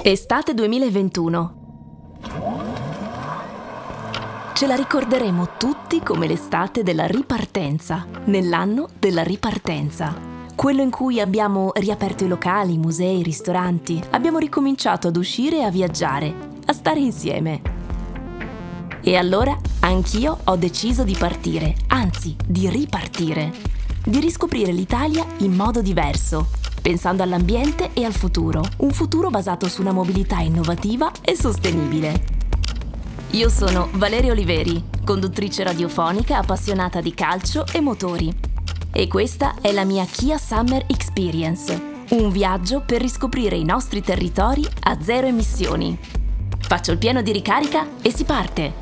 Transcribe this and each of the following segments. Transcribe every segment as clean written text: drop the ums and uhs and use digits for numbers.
Estate 2021. Ce la ricorderemo tutti come l'estate della ripartenza, nell'anno della ripartenza. Quello in cui abbiamo riaperto i locali, i musei, i ristoranti, abbiamo ricominciato ad uscire e a viaggiare, a stare insieme. E allora anch'io ho deciso di partire, anzi di ripartire, di riscoprire l'Italia in modo diverso, pensando all'ambiente e al futuro, un futuro basato su una mobilità innovativa e sostenibile. Io sono Valeria Oliveri, conduttrice radiofonica appassionata di calcio e motori. E questa è la mia Kia Summer Experience, un viaggio per riscoprire i nostri territori a zero emissioni. Faccio il pieno di ricarica e si parte!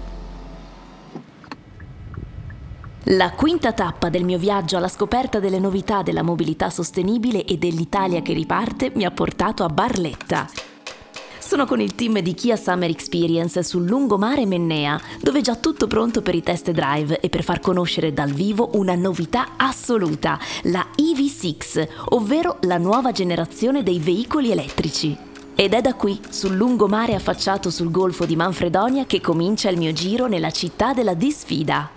La quinta tappa del mio viaggio alla scoperta delle novità della mobilità sostenibile e dell'Italia che riparte mi ha portato a Barletta. Sono con il team di Kia Summer Experience sul lungomare Mennea, dove è già tutto pronto per i test drive e per far conoscere dal vivo una novità assoluta, la EV6, ovvero la nuova generazione dei veicoli elettrici. Ed è da qui, sul lungomare affacciato sul golfo di Manfredonia, che comincia il mio giro nella città della disfida.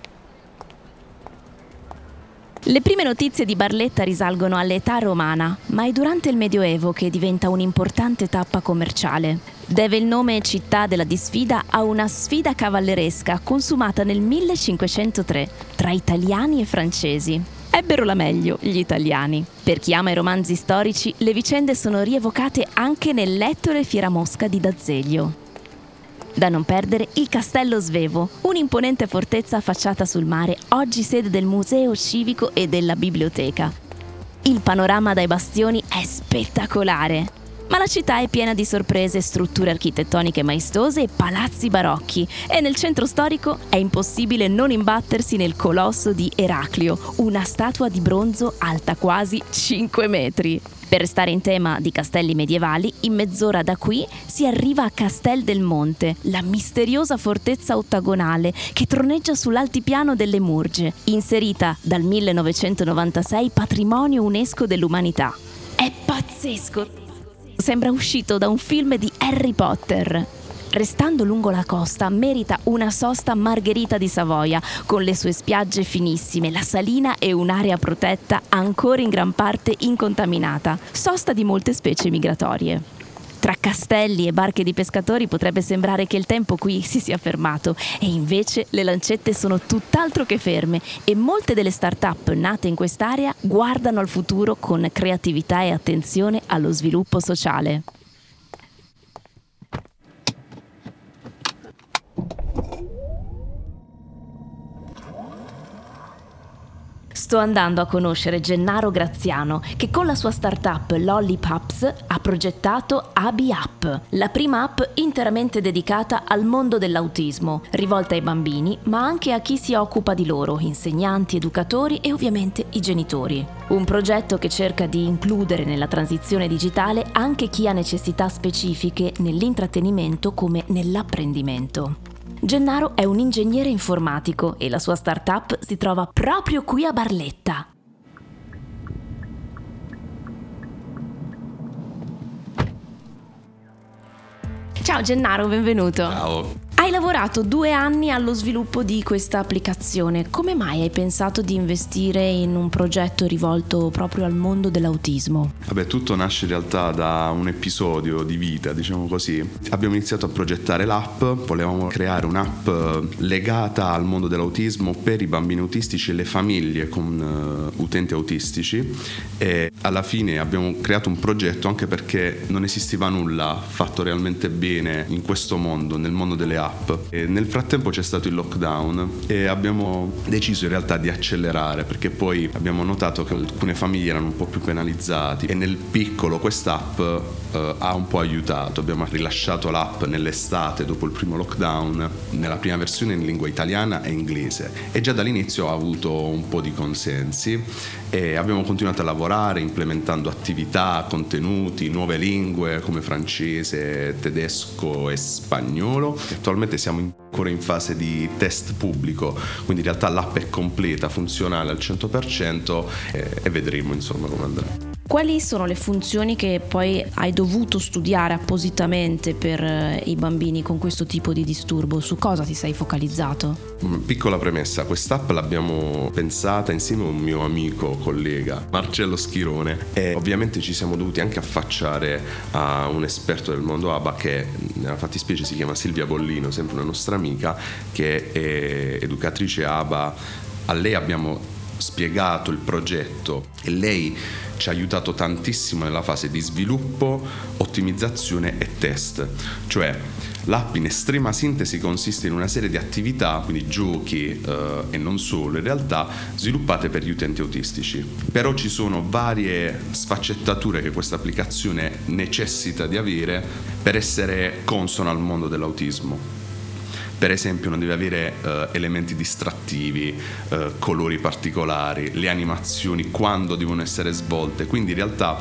Le prime notizie di Barletta risalgono all'età romana, ma è durante il Medioevo che diventa un'importante tappa commerciale. Deve il nome città della disfida a una sfida cavalleresca consumata nel 1503 tra italiani e francesi. Ebbero la meglio gli italiani. Per chi ama i romanzi storici, le vicende sono rievocate anche nell'Ettore Fieramosca di D'Azeglio. Da non perdere il Castello Svevo, un'imponente fortezza affacciata sul mare, oggi sede del Museo Civico e della Biblioteca. Il panorama dai bastioni è spettacolare, ma la città è piena di sorprese, strutture architettoniche maestose e palazzi barocchi, e nel centro storico è impossibile non imbattersi nel colosso di Eraclio, una statua di bronzo alta quasi 5 metri. Per restare in tema di castelli medievali, in mezz'ora da qui si arriva a Castel del Monte, la misteriosa fortezza ottagonale che troneggia sull'altipiano delle Murge, inserita dal 1996 patrimonio UNESCO dell'umanità. È pazzesco! Sembra uscito da un film di Harry Potter. Restando lungo la costa, merita una sosta Margherita di Savoia, con le sue spiagge finissime, la salina e un'area protetta ancora in gran parte incontaminata, sosta di molte specie migratorie. Tra castelli e barche di pescatori potrebbe sembrare che il tempo qui si sia fermato, e invece le lancette sono tutt'altro che ferme, e molte delle start-up nate in quest'area guardano al futuro con creatività e attenzione allo sviluppo sociale. Sto andando a conoscere Gennaro Graziano, che con la sua startup Lollipops ha progettato Abi App, la prima app interamente dedicata al mondo dell'autismo, rivolta ai bambini, ma anche a chi si occupa di loro, insegnanti, educatori e ovviamente i genitori. Un progetto che cerca di includere nella transizione digitale anche chi ha necessità specifiche nell'intrattenimento come nell'apprendimento. Gennaro è un ingegnere informatico e la sua startup si trova proprio qui a Barletta. Ciao Gennaro, benvenuto. Ciao. Hai lavorato 2 anni allo sviluppo di questa applicazione. Come mai hai pensato di investire in un progetto rivolto proprio al mondo dell'autismo? Tutto nasce in realtà da un episodio di vita, diciamo così. Abbiamo iniziato a progettare l'app, volevamo creare un'app legata al mondo dell'autismo per i bambini autistici e le famiglie con utenti autistici, e alla fine abbiamo creato un progetto anche perché non esisteva nulla fatto realmente bene in questo mondo, nel mondo delle app. E nel frattempo c'è stato il lockdown e abbiamo deciso in realtà di accelerare, perché poi abbiamo notato che alcune famiglie erano un po' più penalizzate, e nel piccolo quest'app ha un po' aiutato. Abbiamo rilasciato l'app nell'estate dopo il primo lockdown, nella prima versione in lingua italiana e inglese, e già dall'inizio ha avuto un po' di consensi, e abbiamo continuato a lavorare implementando attività, contenuti, nuove lingue come francese, tedesco e spagnolo. Attualmente siamo ancora in fase di test pubblico, quindi in realtà l'app è completa, funzionale al 100%, e vedremo insomma come andrà. Quali sono le funzioni che poi hai dovuto studiare appositamente per i bambini con questo tipo di disturbo? Su cosa ti sei focalizzato? Piccola premessa, quest'app l'abbiamo pensata insieme a un mio amico, collega, Marcello Schirone, e ovviamente ci siamo dovuti anche affacciare a un esperto del mondo ABA che nella fattispecie si chiama Silvia Bollino, sempre una nostra amica, che è educatrice ABA. A lei abbiamo spiegato il progetto e lei ci ha aiutato tantissimo nella fase di sviluppo, ottimizzazione e test. Cioè l'app in estrema sintesi consiste in una serie di attività, quindi giochi e non solo in realtà, sviluppate per gli utenti autistici. Però ci sono varie sfaccettature che questa applicazione necessita di avere per essere consona al mondo dell'autismo. Per esempio non deve avere elementi distrattivi, colori particolari, le animazioni quando devono essere svolte. Quindi in realtà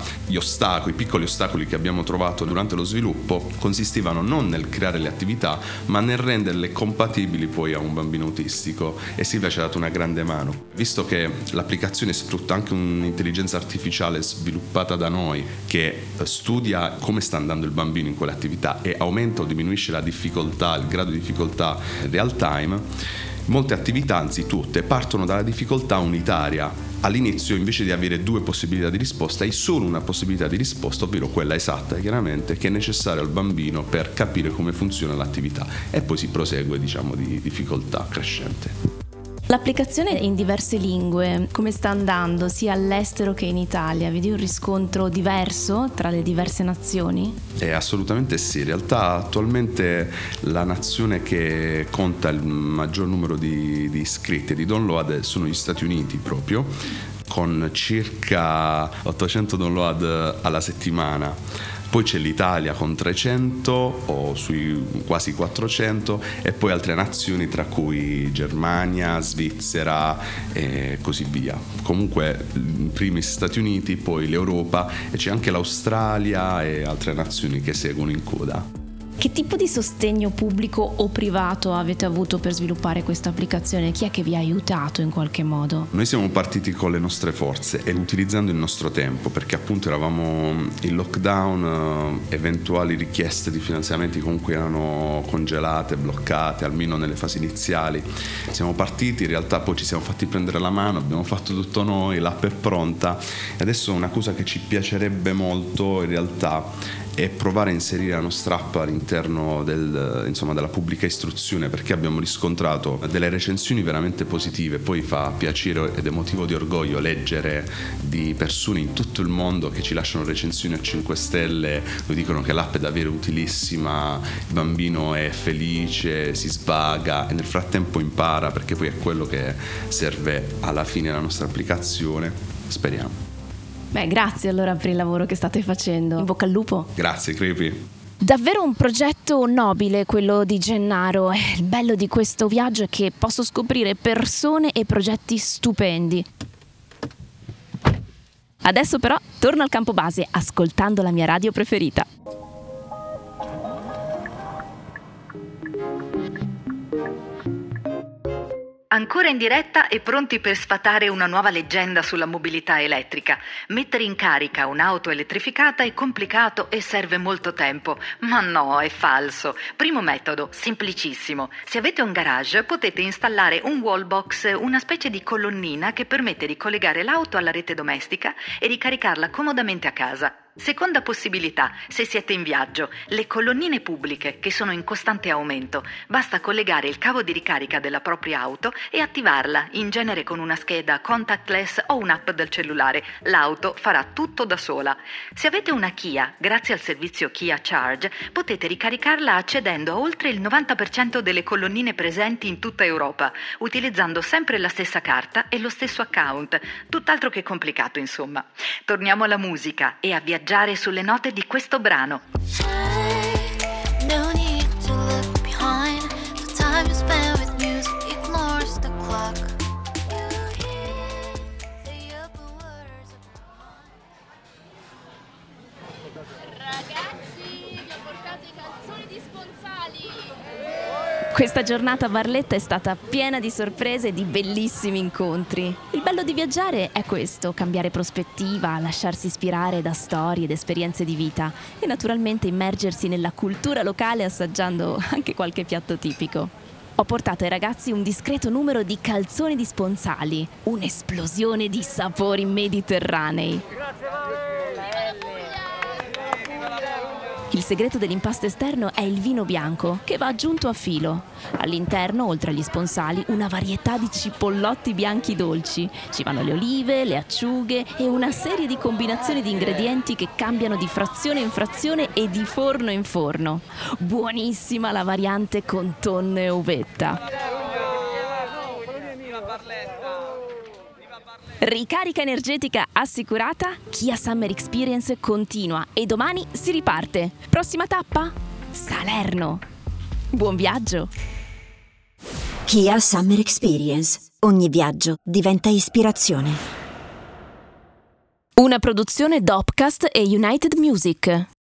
i piccoli ostacoli che abbiamo trovato durante lo sviluppo consistivano non nel creare le attività, ma nel renderle compatibili poi a un bambino autistico. E Silvia ci ha dato una grande mano. Visto che l'applicazione sfrutta anche un'intelligenza artificiale sviluppata da noi che studia come sta andando il bambino in quelle attività e aumenta o diminuisce la difficoltà, il grado di difficoltà real time, molte attività, anzi tutte, partono dalla difficoltà unitaria. All'inizio, invece di avere 2 possibilità di risposta, hai solo una possibilità di risposta, ovvero quella esatta, chiaramente, che è necessaria al bambino per capire come funziona l'attività, e poi si prosegue, diciamo, di difficoltà crescente. L'applicazione è in diverse lingue, come sta andando sia all'estero che in Italia? Vedi un riscontro diverso tra le diverse nazioni? Assolutamente sì, in realtà attualmente la nazione che conta il maggior numero di iscritti e di download sono gli Stati Uniti proprio, con circa 800 download alla settimana. Poi c'è l'Italia con 300 o sui quasi 400 e poi altre nazioni tra cui Germania, Svizzera e così via. Comunque in primis Stati Uniti, poi l'Europa e c'è anche l'Australia e altre nazioni che seguono in coda. Che tipo di sostegno pubblico o privato avete avuto per sviluppare questa applicazione? Chi è che vi ha aiutato in qualche modo? Noi siamo partiti con le nostre forze e utilizzando il nostro tempo, perché appunto eravamo in lockdown, eventuali richieste di finanziamenti comunque erano congelate, bloccate, almeno nelle fasi iniziali. Siamo partiti, in realtà poi ci siamo fatti prendere la mano, abbiamo fatto tutto noi, l'app è pronta e adesso una cosa che ci piacerebbe molto in realtà e provare a inserire la nostra app all'interno della pubblica istruzione, perché abbiamo riscontrato delle recensioni veramente positive. Poi fa piacere ed è motivo di orgoglio leggere di persone in tutto il mondo che ci lasciano recensioni a 5 stelle, noi dicono che l'app è davvero utilissima, il bambino è felice, si svaga e nel frattempo impara, perché poi è quello che serve alla fine alla nostra applicazione, speriamo. Beh, grazie allora per il lavoro che state facendo. In bocca al lupo. Grazie, Creepy. Davvero un progetto nobile quello di Gennaro. Il bello di questo viaggio è che posso scoprire persone e progetti stupendi. Adesso però torno al campo base ascoltando la mia radio preferita. Ancora in diretta e pronti per sfatare una nuova leggenda sulla mobilità elettrica. Mettere in carica un'auto elettrificata è complicato e serve molto tempo. Ma no, è falso. Primo metodo, semplicissimo. Se avete un garage potete installare un wallbox, una specie di colonnina che permette di collegare l'auto alla rete domestica e ricaricarla comodamente a casa. Seconda possibilità, se siete in viaggio, le colonnine pubbliche che sono in costante aumento. Basta collegare il cavo di ricarica della propria auto e attivarla, in genere con una scheda contactless o un'app del cellulare. L'auto farà tutto da sola. Se avete una Kia, grazie al servizio Kia Charge, potete ricaricarla accedendo a oltre il 90% delle colonnine presenti in tutta Europa, utilizzando sempre la stessa carta e lo stesso account. Tutt'altro che complicato, insomma. Torniamo alla musica e a viaggiare sulle note di questo brano. Ragazzi, vi ho portato i calzoni di Sponsali. Questa giornata a Barletta è stata piena di sorprese e di bellissimi incontri. Il bello di viaggiare è questo, cambiare prospettiva, lasciarsi ispirare da storie ed esperienze di vita e naturalmente immergersi nella cultura locale assaggiando anche qualche piatto tipico. Ho portato ai ragazzi un discreto numero di calzoni di sponsali, un'esplosione di sapori mediterranei. Il segreto dell'impasto esterno è il vino bianco, che va aggiunto a filo. All'interno, oltre agli sponsali, una varietà di cipollotti bianchi dolci. Ci vanno le olive, le acciughe e una serie di combinazioni di ingredienti che cambiano di frazione in frazione e di forno in forno. Buonissima la variante con tonno e uvetta. Ricarica energetica assicurata, Kia Summer Experience continua e domani si riparte. Prossima tappa? Salerno. Buon viaggio! Kia Summer Experience. Ogni viaggio diventa ispirazione. Una produzione Dopcast e United Music.